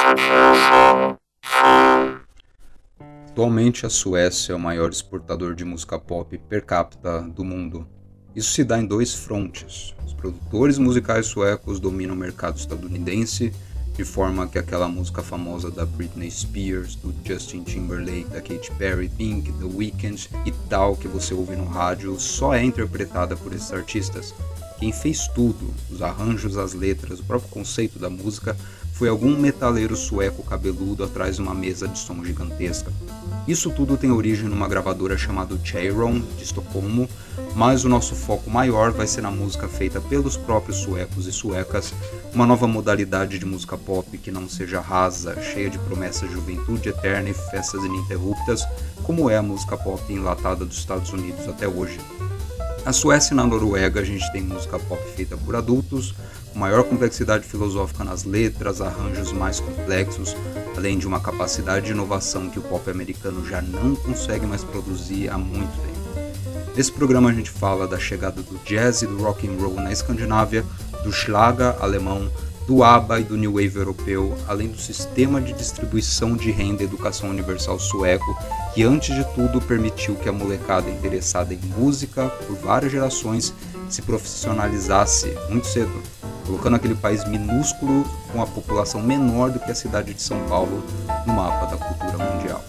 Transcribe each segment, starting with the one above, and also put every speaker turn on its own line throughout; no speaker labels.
Atualmente, a Suécia é o maior exportador de música pop per capita do mundo. Isso se dá em dois frontes. Os produtores musicais suecos dominam o mercado estadunidense, de forma que aquela música famosa da Britney Spears, do Justin Timberlake, da Katy Perry, Pink, The Weeknd e tal que você ouve no rádio só é interpretada por esses artistas. Quem fez tudo, os arranjos, as letras, o próprio conceito da música, foi algum metaleiro sueco cabeludo atrás de uma mesa de som gigantesca. Isso tudo tem origem numa gravadora chamada Cheiron, de Estocolmo, mas o nosso foco maior vai ser na música feita pelos próprios suecos e suecas, uma nova modalidade de música pop que não seja rasa, cheia de promessas de juventude eterna e festas ininterruptas, como é a música pop enlatada dos Estados Unidos até hoje. Na Suécia e na Noruega a gente tem música pop feita por adultos, com maior complexidade filosófica nas letras, arranjos mais complexos, além de uma capacidade de inovação que o pop americano já não consegue mais produzir há muito tempo. Nesse programa a gente fala da chegada do jazz e do rock and roll na Escandinávia, do Schlager alemão, do ABBA e do New Wave europeu, além do sistema de distribuição de renda e educação universal sueco, que antes de tudo permitiu que a molecada interessada em música por várias gerações se profissionalizasse muito cedo, colocando aquele país minúsculo com a população menor do que a cidade de São Paulo no mapa da cultura mundial.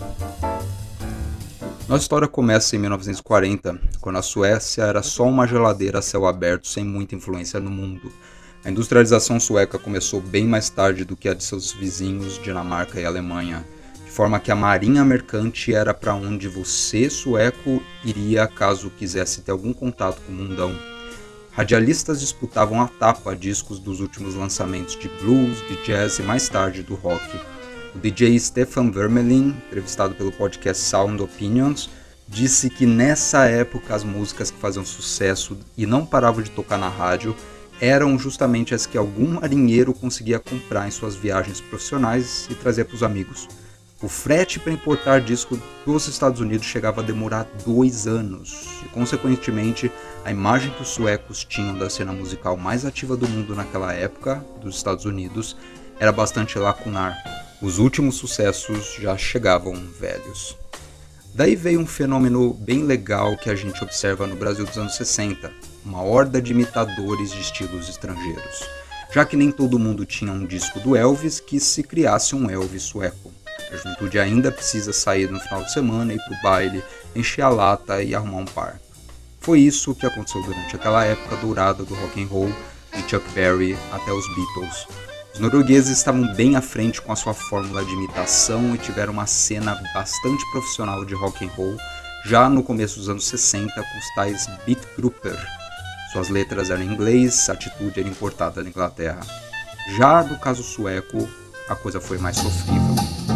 Nossa história começa em 1940, quando a Suécia era só uma geladeira a céu aberto sem muita influência no mundo. A industrialização sueca começou bem mais tarde do que a de seus vizinhos Dinamarca e Alemanha, de forma que a marinha mercante era para onde você, sueco, iria caso quisesse ter algum contato com o mundão. Radialistas disputavam a tapa discos dos últimos lançamentos de blues, de jazz e mais tarde do rock. O DJ Stefan Wermelin, entrevistado pelo podcast Sound Opinions, disse que nessa época as músicas que faziam sucesso e não paravam de tocar na rádio eram justamente as que algum marinheiro conseguia comprar em suas viagens profissionais e trazer para os amigos. O frete para importar disco dos Estados Unidos chegava a demorar 2 anos, e consequentemente a imagem que os suecos tinham da cena musical mais ativa do mundo naquela época, dos Estados Unidos, era bastante lacunar. Os últimos sucessos já chegavam velhos. Daí veio um fenômeno bem legal que a gente observa no Brasil dos anos 60, uma horda de imitadores de estilos estrangeiros. Já que nem todo mundo tinha um disco do Elvis, que se criasse um Elvis sueco. A juventude ainda precisa sair no final de semana, ir pro baile, encher a lata e arrumar um par. Foi isso que aconteceu durante aquela época dourada do rock and roll, de Chuck Berry até os Beatles. Os noruegueses estavam bem à frente com a sua fórmula de imitação e tiveram uma cena bastante profissional de rock and roll já no começo dos anos 60 com os tais Beatgrupper. Suas letras eram em inglês, a atitude era importada da Inglaterra. Já no caso sueco, a coisa foi mais sofrível.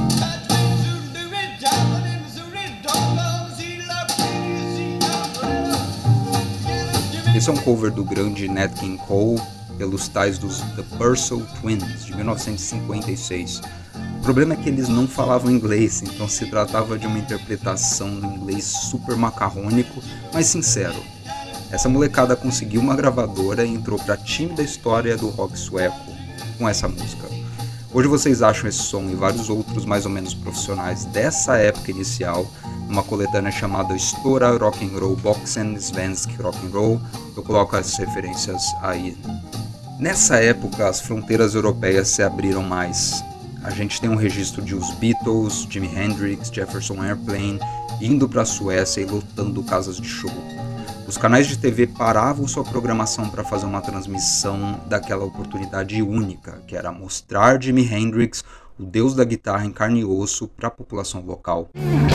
Esse é um cover do grande Nat King Cole pelos tais dos The Purcell Twins, de 1956. O problema é que eles não falavam inglês, então se tratava de uma interpretação no inglês super macarrônico, mas sincero. Essa molecada conseguiu uma gravadora e entrou para time da história do rock sueco com essa música. Hoje vocês acham esse som e vários outros mais ou menos profissionais dessa época inicial numa coletânea chamada Stora Rock and Roll Boxen Svensk Rock and Roll. Eu coloco as referências aí. Nessa época as fronteiras europeias se abriram mais. A gente tem um registro de os Beatles, Jimi Hendrix, Jefferson Airplane indo para a Suécia e lotando casas de show. Os canais de TV paravam sua programação para fazer uma transmissão daquela oportunidade única, que era mostrar Jimi Hendrix, o deus da guitarra em carne e osso, para a população local.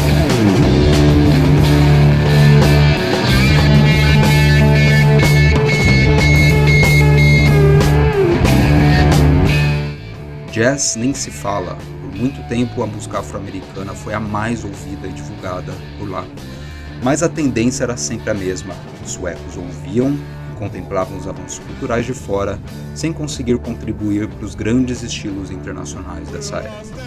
Jazz nem se fala. Por muito tempo a música afro-americana foi a mais ouvida e divulgada por lá. Mas a tendência era sempre a mesma. Os suecos ouviam e contemplavam os avanços culturais de fora, sem conseguir contribuir para os grandes estilos internacionais dessa época.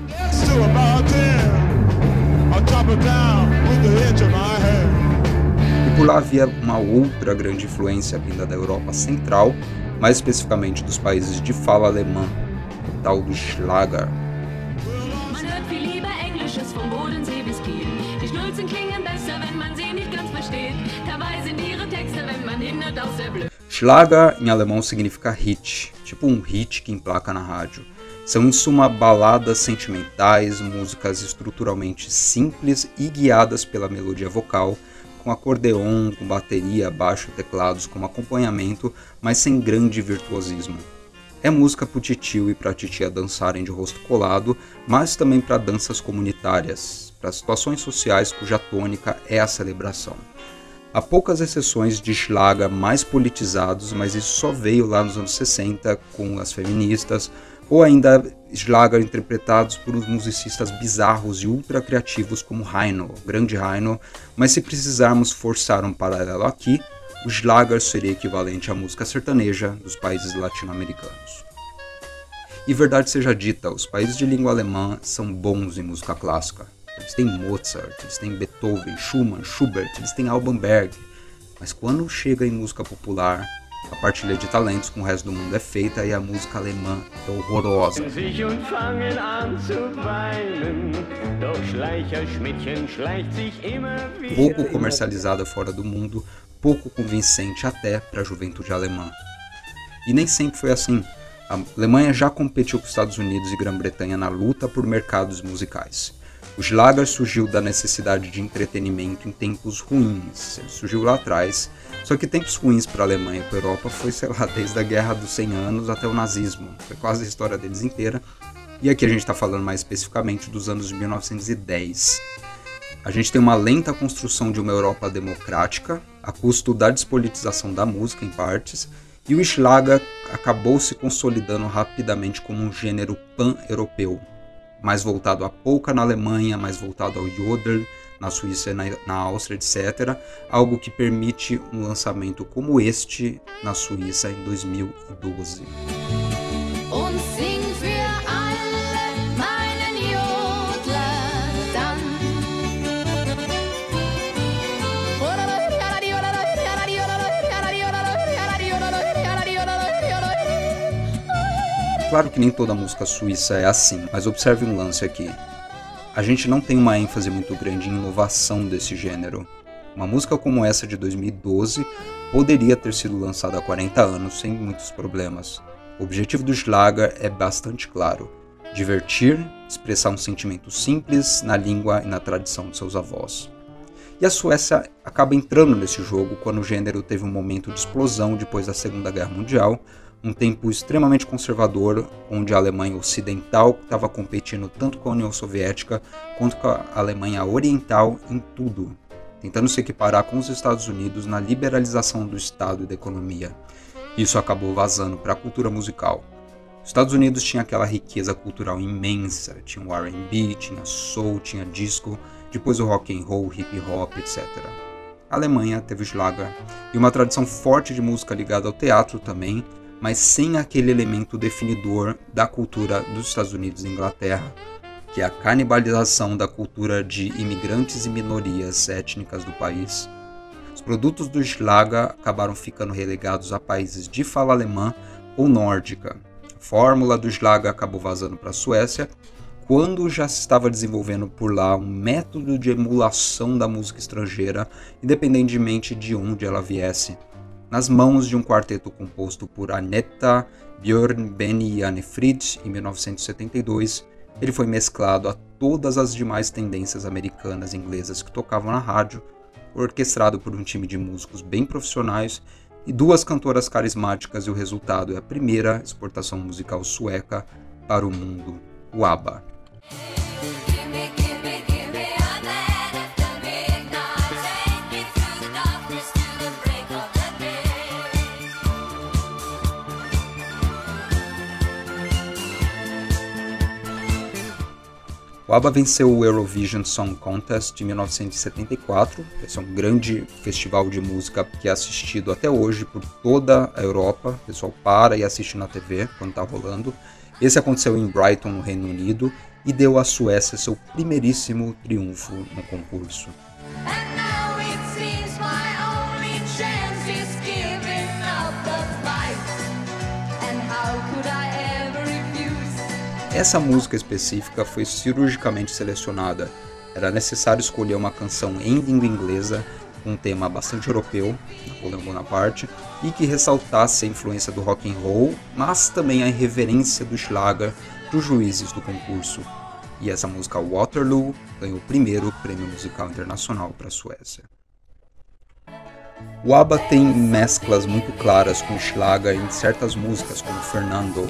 E por lá havia uma outra grande influência vinda da Europa Central, mais especificamente dos países de fala alemã, o tal do Schlager.
Mauritius vom Bodensee bis Kiel. Die Schnulzen klingen besser, wenn man sie nicht ganz versteht. Dabei sind ihre Texte, wenn man hindert, auch sehr blöd.
Schlager em alemão significa hit, tipo um hit que emplaca na rádio. São em suma baladas sentimentais, músicas estruturalmente simples e guiadas pela melodia vocal, com acordeon, com bateria, baixo e teclados como acompanhamento, mas sem grande virtuosismo. É música pro titio e pra titia dançarem de rosto colado, mas também para danças comunitárias, para situações sociais cuja tônica é a celebração. Há poucas exceções de Schlager mais politizados, mas isso só veio lá nos anos 60 com as feministas, ou ainda Schlager interpretados por uns musicistas bizarros e ultra criativos como Heino, o grande Heino, mas se precisarmos forçar um paralelo aqui, o Schlager seria equivalente à música sertaneja dos países latino-americanos. E verdade seja dita, os países de língua alemã são bons em música clássica. Eles têm Mozart, eles têm Beethoven, Schumann, Schubert, eles têm Alban Berg. Mas quando chega em música popular, a partilha de talentos com o resto do mundo é feita e a música alemã é horrorosa. Pouco comercializada fora do mundo, pouco convincente até para a juventude alemã. E nem sempre foi assim. A Alemanha já competiu com os Estados Unidos e Grã-Bretanha na luta por mercados musicais. O Schlager surgiu da necessidade de entretenimento em tempos ruins. Ele surgiu lá atrás, só que tempos ruins para a Alemanha e para a Europa foi, sei lá, desde a Guerra dos 100 Anos até o nazismo. Foi quase a história deles inteira. E aqui a gente está falando mais especificamente dos anos de 1910. A gente tem uma lenta construção de uma Europa democrática, a custo da despolitização da música em partes, e o Schlager acabou se consolidando rapidamente como um gênero pan-europeu, mais voltado à polka na Alemanha, mais voltado ao Jodel na Suíça e na Áustria, etc. Algo que permite um lançamento como este na Suíça em 2012. Claro que nem toda música suíça é assim, mas observe um lance aqui. A gente não tem uma ênfase muito grande em inovação desse gênero. Uma música como essa de 2012 poderia ter sido lançada há 40 anos sem muitos problemas. O objetivo do Schlager é bastante claro: divertir, expressar um sentimento simples na língua e na tradição de seus avós. E a Suécia acaba entrando nesse jogo quando o gênero teve um momento de explosão depois da Segunda Guerra Mundial, um tempo extremamente conservador, onde a Alemanha Ocidental estava competindo tanto com a União Soviética quanto com a Alemanha Oriental em tudo, tentando se equiparar com os Estados Unidos na liberalização do Estado e da economia. Isso acabou vazando para a cultura musical. Os Estados Unidos tinha aquela riqueza cultural imensa, tinha o R&B, tinha soul, tinha disco, depois o rock and roll, hip hop, etc. A Alemanha teve o Schlager e uma tradição forte de música ligada ao teatro também, mas sem aquele elemento definidor da cultura dos Estados Unidos e Inglaterra, que é a canibalização da cultura de imigrantes e minorias étnicas do país. Os produtos do Schlager acabaram ficando relegados a países de fala alemã ou nórdica. A fórmula do Schlager acabou vazando para a Suécia, quando já se estava desenvolvendo por lá um método de emulação da música estrangeira, independentemente de onde ela viesse. Nas mãos de um quarteto composto por Anetta, Björn, Benny e Anne-Frid, em 1972, ele foi mesclado a todas as demais tendências americanas e inglesas que tocavam na rádio, orquestrado por um time de músicos bem profissionais e duas cantoras carismáticas, e o resultado é a primeira exportação musical sueca para o mundo, o ABBA. O ABBA venceu o Eurovision Song Contest de 1974, esse é um grande festival de música que é assistido até hoje por toda a Europa, o pessoal para e assiste na TV quando está rolando. Esse aconteceu em Brighton, no Reino Unido, e deu à Suécia seu primeiríssimo triunfo no concurso. Essa música específica foi cirurgicamente selecionada. Era necessário escolher uma canção em língua inglesa, com um tema bastante europeu, Napoleão Bonaparte, e que ressaltasse a influência do rock and roll, mas também a irreverência do Schlager para os juízes do concurso. E essa música Waterloo ganhou o primeiro prêmio musical internacional para a Suécia. O ABBA tem mesclas muito claras com o Schlager em certas músicas, como Fernando.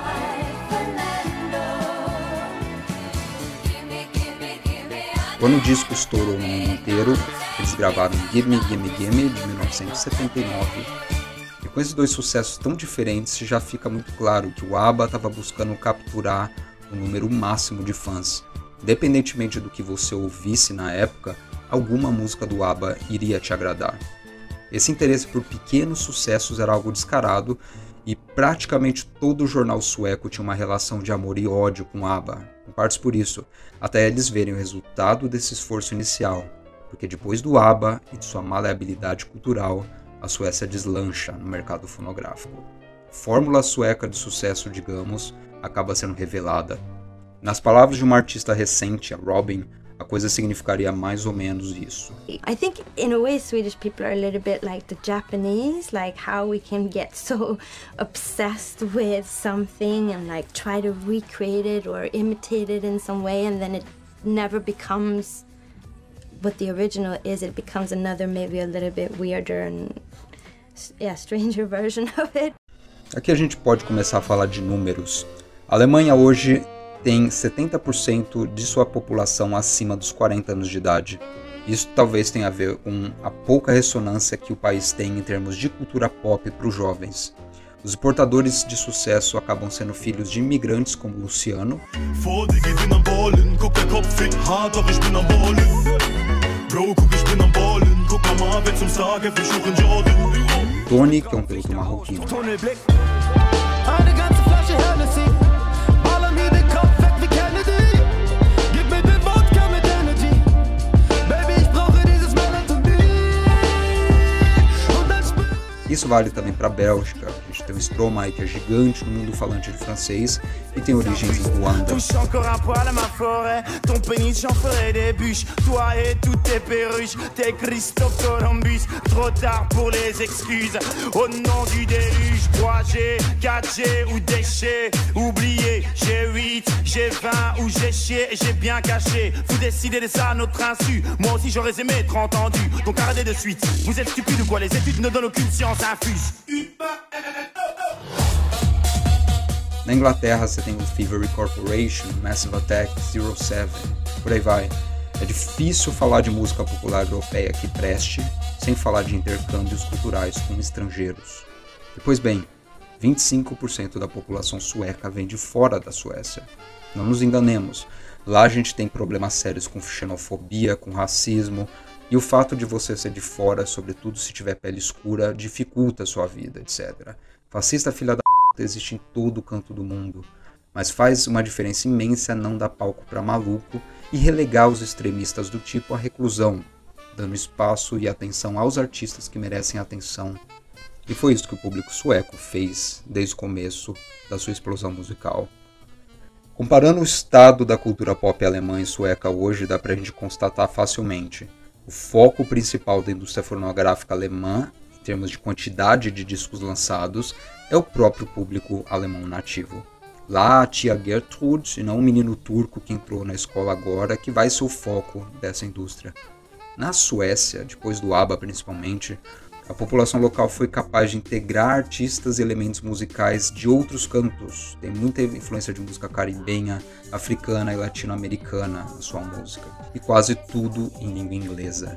Quando o disco estourou no mundo inteiro, eles gravaram Gimme Gimme Gimme de 1979. E com esses dois sucessos tão diferentes, já fica muito claro que o ABBA estava buscando capturar o número máximo de fãs. Independentemente do que você ouvisse na época, alguma música do ABBA iria te agradar. Esse interesse por pequenos sucessos era algo descarado e praticamente todo jornal sueco tinha uma relação de amor e ódio com o ABBA, em partes por isso, até eles verem o resultado desse esforço inicial, porque depois do ABBA e de sua maleabilidade cultural, a Suécia deslancha no mercado fonográfico. A fórmula sueca de sucesso, digamos, acaba sendo revelada. Nas palavras de uma artista recente, a Robin, a coisa significaria mais ou menos isso.
I think in a way Swedish people are a little bit like the Japanese, like how we can get so obsessed with something and like try to recreate it or imitate it in some way, and then it never becomes what the original is. It becomes another, maybe a little bit weirder and stranger version of it.
Aqui a gente pode começar a falar de números. A Alemanha hoje tem 70% de sua população acima dos 40 anos de idade. Isso talvez tenha a ver com a pouca ressonância que o país tem em termos de cultura pop para os jovens. Os portadores de sucesso acabam sendo filhos de imigrantes como Luciano, Tony, que é um piloto marroquino, Isso vale também para a Bélgica. A gente tem o Stromae, que é gigante no mundo falante de francês e tem origens em Ruanda. Na Inglaterra você tem o Thievery Corporation, Massive Attack, Zero Seven, por aí vai. É difícil falar de música popular europeia que preste, sem falar de intercâmbios culturais com estrangeiros. E pois bem, 25% da população sueca vem de fora da Suécia. Não nos enganemos, lá a gente tem problemas sérios com xenofobia, com racismo, e o fato de você ser de fora, sobretudo se tiver pele escura, dificulta a sua vida, etc. Fascista filha da p*** existe em todo canto do mundo, mas faz uma diferença imensa não dar palco para maluco e relegar os extremistas do tipo à reclusão, dando espaço e atenção aos artistas que merecem atenção. E foi isso que o público sueco fez desde o começo da sua explosão musical. Comparando o estado da cultura pop alemã e sueca hoje, dá pra gente constatar facilmente. O foco principal da indústria fonográfica alemã, em termos de quantidade de discos lançados, é o próprio público alemão nativo. Lá a tia Gertrude, e não o menino turco que entrou na escola agora, que vai ser o foco dessa indústria. Na Suécia, depois do ABBA principalmente, a população local foi capaz de integrar artistas e elementos musicais de outros cantos. Tem muita influência de música caribenha, africana e latino-americana na sua música. E quase tudo em língua inglesa.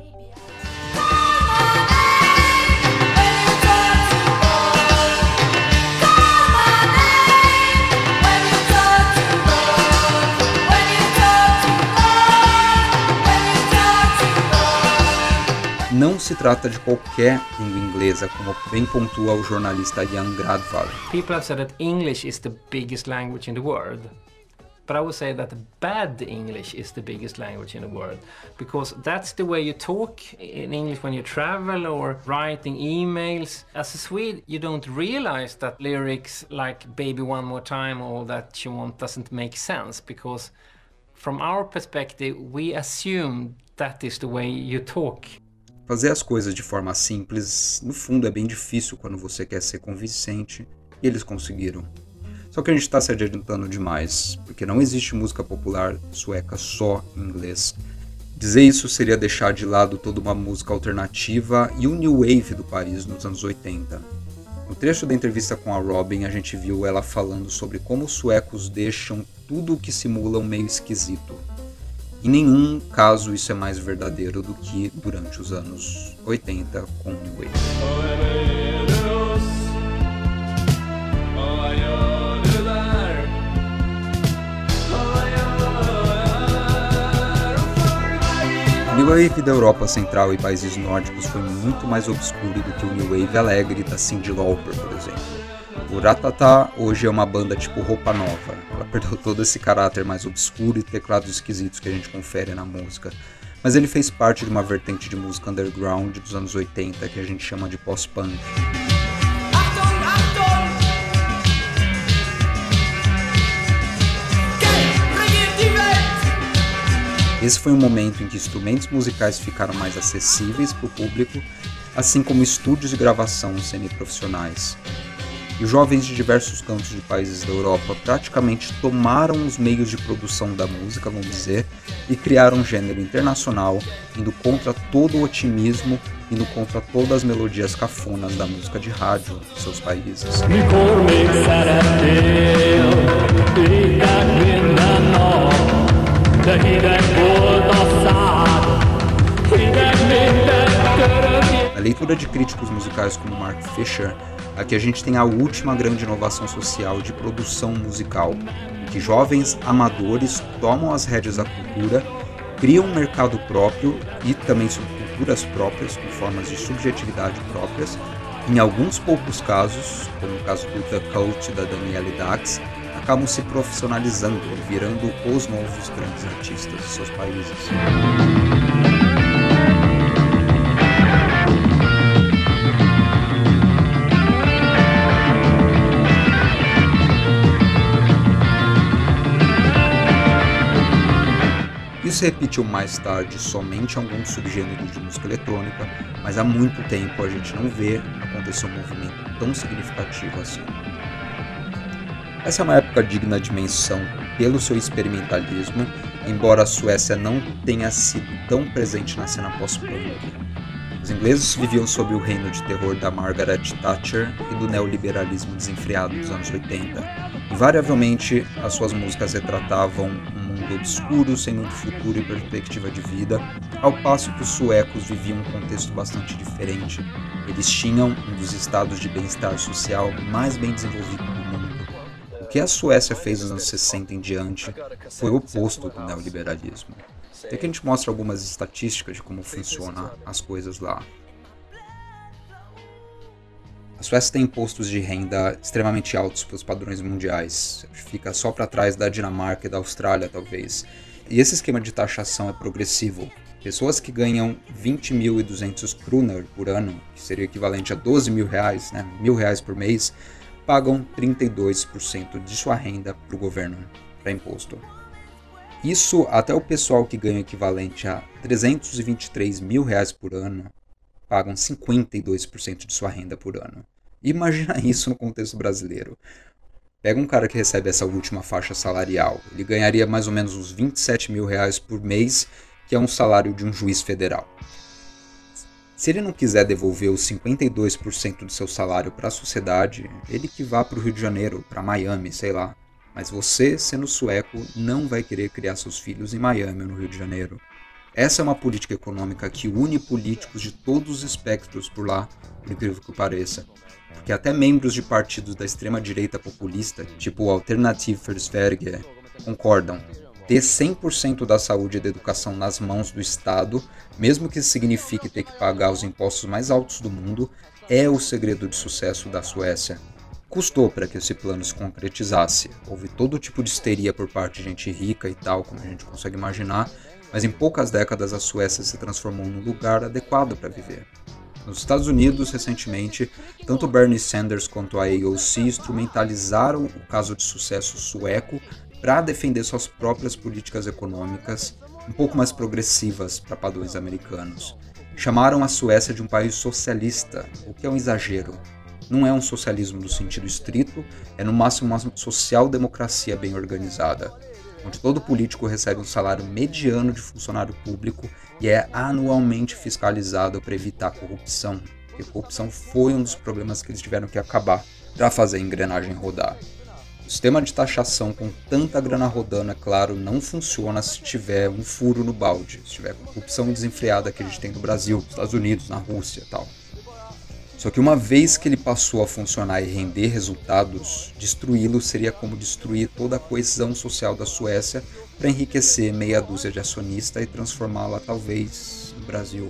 Não se trata de qualquer língua inglesa, como bem pontua o jornalista Jan Gradvall.
People have said that English is the biggest language in the world. But I would say that bad English is the biggest language in the world, because that's the way you talk in English when you travel or writing emails. As a Swede, you don't realize that lyrics like Baby One More Time or All That You Want doesn't make sense, because from our perspective, we assume that is the way you talk.
Fazer as coisas de forma simples, no fundo, é bem difícil quando você quer ser convincente, e eles conseguiram. Só que a gente está se adiantando demais, porque não existe música popular sueca só em inglês. Dizer isso seria deixar de lado toda uma música alternativa e o new wave do país nos anos 80. No trecho da entrevista com a Robyn, a gente viu ela falando sobre como os suecos deixam tudo o que simula um meio esquisito. Em nenhum caso isso é mais verdadeiro do que durante os anos 80 com o new wave. O New Wave da Europa Central e países nórdicos foi muito mais obscuro do que o New Wave alegre da Cyndi Lauper, por exemplo. O Ratata hoje é uma banda tipo Roupa Nova. Ela perdeu todo esse caráter mais obscuro e teclados esquisitos que a gente confere na música. Mas ele fez parte de uma vertente de música underground dos anos 80 que a gente chama de post-punk. Esse foi um momento em que instrumentos musicais ficaram mais acessíveis para o público, assim como estúdios de gravação semiprofissionais. E os jovens de diversos cantos de países da Europa praticamente tomaram os meios de produção da música, vamos dizer, e criaram um gênero internacional, indo contra todo o otimismo, indo contra todas as melodias cafonas da música de rádio de seus países. Na leitura de críticos musicais como Mark Fisher, aqui a gente tem a última grande inovação social de produção musical, em que jovens amadores tomam as rédeas da cultura, criam um mercado próprio e também subculturas próprias, com formas de subjetividade próprias. Em alguns poucos casos, como o caso do The Cult da Danielle Dax, acabam se profissionalizando e virando os novos grandes artistas de seus países. Isso se repetiu mais tarde somente em alguns subgêneros de música eletrônica, mas há muito tempo a gente não vê acontecer um movimento tão significativo assim. Essa é uma época digna de menção pelo seu experimentalismo, embora a Suécia não tenha sido tão presente na cena pós-punk. Os ingleses viviam sob o reino de terror da Margaret Thatcher e do neoliberalismo desenfreado dos anos 80. Invariavelmente, as suas músicas retratavam um mundo obscuro, sem muito futuro e perspectiva de vida, ao passo que os suecos viviam um contexto bastante diferente. Eles tinham um dos estados de bem-estar social mais bem desenvolvidos do mundo. O que a Suécia fez nos anos 60 em diante foi o oposto do neoliberalismo. Até que a gente mostra algumas estatísticas de como funcionam as coisas lá. A Suécia tem impostos de renda extremamente altos para os padrões mundiais. Fica só para trás da Dinamarca e da Austrália, talvez. E esse esquema de taxação é progressivo. Pessoas que ganham 20.200 kronor por ano, que seria equivalente a 12 mil reais, né, R$1.000 por mês, pagam 32% de sua renda para o governo, para imposto. Isso até o pessoal que ganha o equivalente a 323 mil reais por ano pagam 52% de sua renda por ano. Imagina isso no contexto brasileiro. Pega um cara que recebe essa última faixa salarial, ele ganharia mais ou menos uns 27 mil reais por mês, que é um salário de um juiz federal. Se ele não quiser devolver os 52% do seu salário para a sociedade, ele que vá para o Rio de Janeiro, para Miami, sei lá. Mas você, sendo sueco, não vai querer criar seus filhos em Miami ou no Rio de Janeiro. Essa é uma política econômica que une políticos de todos os espectros por lá, por incrível que pareça. Porque até membros de partidos da extrema-direita populista, tipo o Alternative for Sverige, concordam. Ter 100% da saúde e da educação nas mãos do Estado, mesmo que isso signifique ter que pagar os impostos mais altos do mundo, é o segredo de sucesso da Suécia. Custou para que esse plano se concretizasse. Houve todo tipo de histeria por parte de gente rica e tal, como a gente consegue imaginar, mas em poucas décadas a Suécia se transformou num lugar adequado para viver. Nos Estados Unidos, recentemente, tanto Bernie Sanders quanto a AOC instrumentalizaram o caso de sucesso sueco para defender suas próprias políticas econômicas um pouco mais progressivas para padrões americanos. Chamaram a Suécia de um país socialista, o que é um exagero. Não é um socialismo no sentido estrito, é no máximo uma social-democracia bem organizada, onde todo político recebe um salário mediano de funcionário público e é anualmente fiscalizado para evitar corrupção, porque corrupção foi um dos problemas que eles tiveram que acabar para fazer a engrenagem rodar. O sistema de taxação com tanta grana rodando, é claro, não funciona se tiver um furo no balde, se tiver corrupção desenfreada que a gente tem no Brasil, nos Estados Unidos, na Rússia e tal. Só que uma vez que ele passou a funcionar e render resultados, destruí-lo seria como destruir toda a coesão social da Suécia para enriquecer meia dúzia de acionistas e transformá-la talvez no Brasil.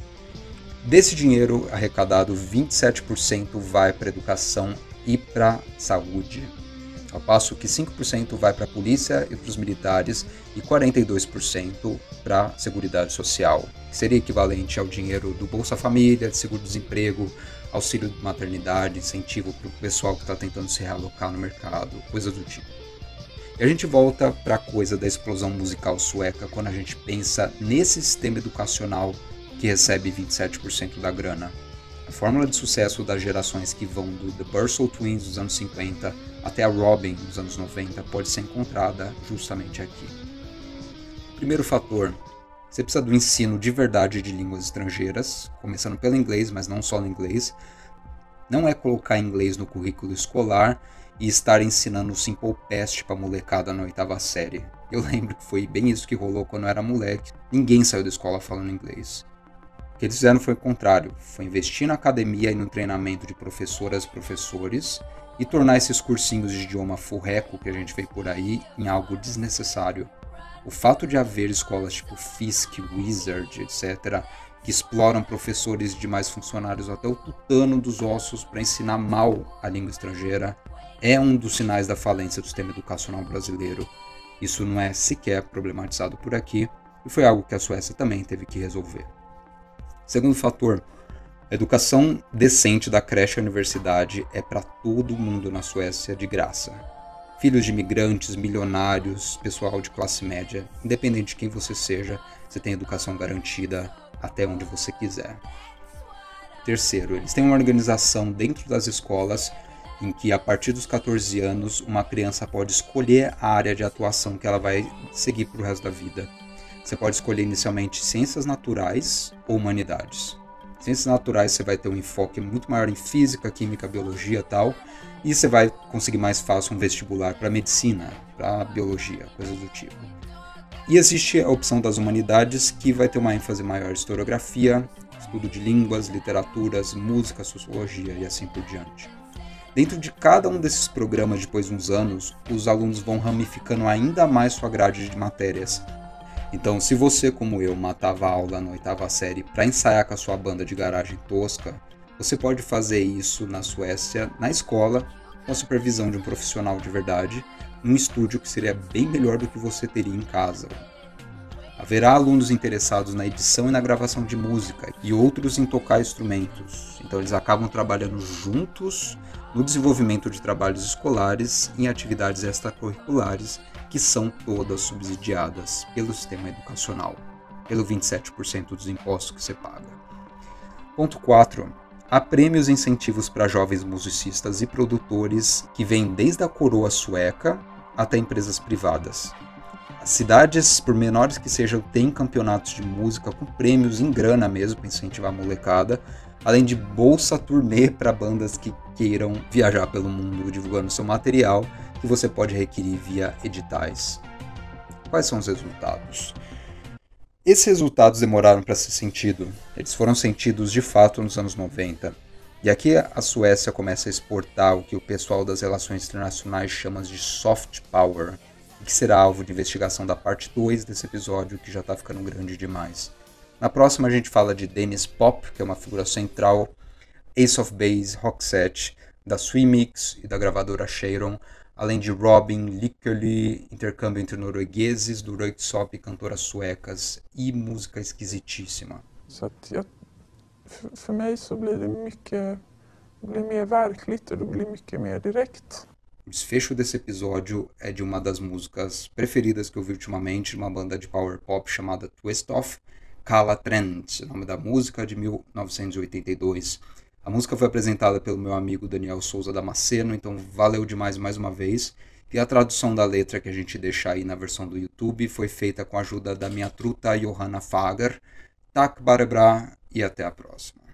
Desse dinheiro arrecadado, 27% vai para educação e para saúde, ao passo que 5% vai para a polícia e para os militares e 42% para a seguridade social, que seria equivalente ao dinheiro do Bolsa Família, de seguro-desemprego, auxílio de maternidade, incentivo para o pessoal que está tentando se realocar no mercado, coisas do tipo. E a gente volta para a coisa da explosão musical sueca quando a gente pensa nesse sistema educacional que recebe 27% da grana. A fórmula de sucesso das gerações que vão do The Bursell Twins dos anos 50 até a Robyn dos anos 90 pode ser encontrada justamente aqui. Primeiro fator, você precisa do ensino de verdade de línguas estrangeiras, começando pelo inglês, mas não só no inglês. Não é colocar inglês no currículo escolar e estar ensinando o Simple Past para molecada na 8ª série. Eu lembro que foi bem isso que rolou quando eu era moleque. Ninguém saiu da escola falando inglês. O que eles fizeram foi o contrário, foi investir na academia e no treinamento de professoras e professores e tornar esses cursinhos de idioma furreco que a gente vê por aí em algo desnecessário. O fato de haver escolas tipo Fisk, Wizard, etc., que exploram professores e demais funcionários até o tutano dos ossos para ensinar mal a língua estrangeira é um dos sinais da falência do sistema educacional brasileiro. Isso não é sequer problematizado por aqui e foi algo que a Suécia também teve que resolver. Segundo fator, a educação decente da creche à universidade é para todo mundo na Suécia de graça. Filhos de imigrantes, milionários, pessoal de classe média, independente de quem você seja, você tem educação garantida até onde você quiser. Terceiro, eles têm uma organização dentro das escolas em que a partir dos 14 anos uma criança pode escolher a área de atuação que ela vai seguir para o resto da vida. Você pode escolher inicialmente ciências naturais ou humanidades. Ciências naturais você vai ter um enfoque muito maior em física, química, biologia e tal, e você vai conseguir mais fácil um vestibular para medicina, para biologia, coisas do tipo. E existe a opção das humanidades, que vai ter uma ênfase maior em historiografia, estudo de línguas, literaturas, música, sociologia e assim por diante. Dentro de cada um desses programas, depois de uns anos, os alunos vão ramificando ainda mais sua grade de matérias. Então, se você, como eu, matava a aula na 8ª série para ensaiar com a sua banda de garagem tosca, você pode fazer isso na Suécia, na escola, com a supervisão de um profissional de verdade, num estúdio que seria bem melhor do que você teria em casa. Haverá alunos interessados na edição e na gravação de música, e outros em tocar instrumentos. Então eles acabam trabalhando juntos no desenvolvimento de trabalhos escolares e em atividades extracurriculares, que são todas subsidiadas pelo sistema educacional, pelo 27% dos impostos que você paga. Ponto 4. Há prêmios e incentivos para jovens musicistas e produtores que vêm desde a coroa sueca até empresas privadas. As cidades, por menores que sejam, têm campeonatos de música com prêmios em grana mesmo para incentivar a molecada, além de bolsa turnê para bandas que queiram viajar pelo mundo divulgando seu material, que você pode requerir via editais. Quais são os resultados? Esses resultados demoraram para ser sentidos. Eles foram sentidos de fato nos anos 90. E aqui a Suécia começa a exportar o que o pessoal das relações internacionais chama de soft power, que será alvo de investigação da parte 2 desse episódio, que já está ficando grande demais. Na próxima a gente fala de Dennis Pop, que é uma figura central, Ace of Base, Roxette, da Swimix e da gravadora Cheiron, além de Robin, Lykkeli, intercâmbio entre noruegueses, do Röyksopp, cantoras suecas e música esquisitíssima.
Så att för mig så blir det blir mer verkligt och det blir mycket mer direkt.
O desfecho desse episódio é de uma das músicas preferidas que eu vi ultimamente, de uma banda de power pop chamada Twist Off, Kala Trent, o nome da música, de 1982. A música foi apresentada pelo meu amigo Daniel Souza Damasceno, então valeu demais mais uma vez. E a tradução da letra que a gente deixa aí na versão do YouTube foi feita com a ajuda da minha truta Johanna Fager. Tak bare bra e até a próxima.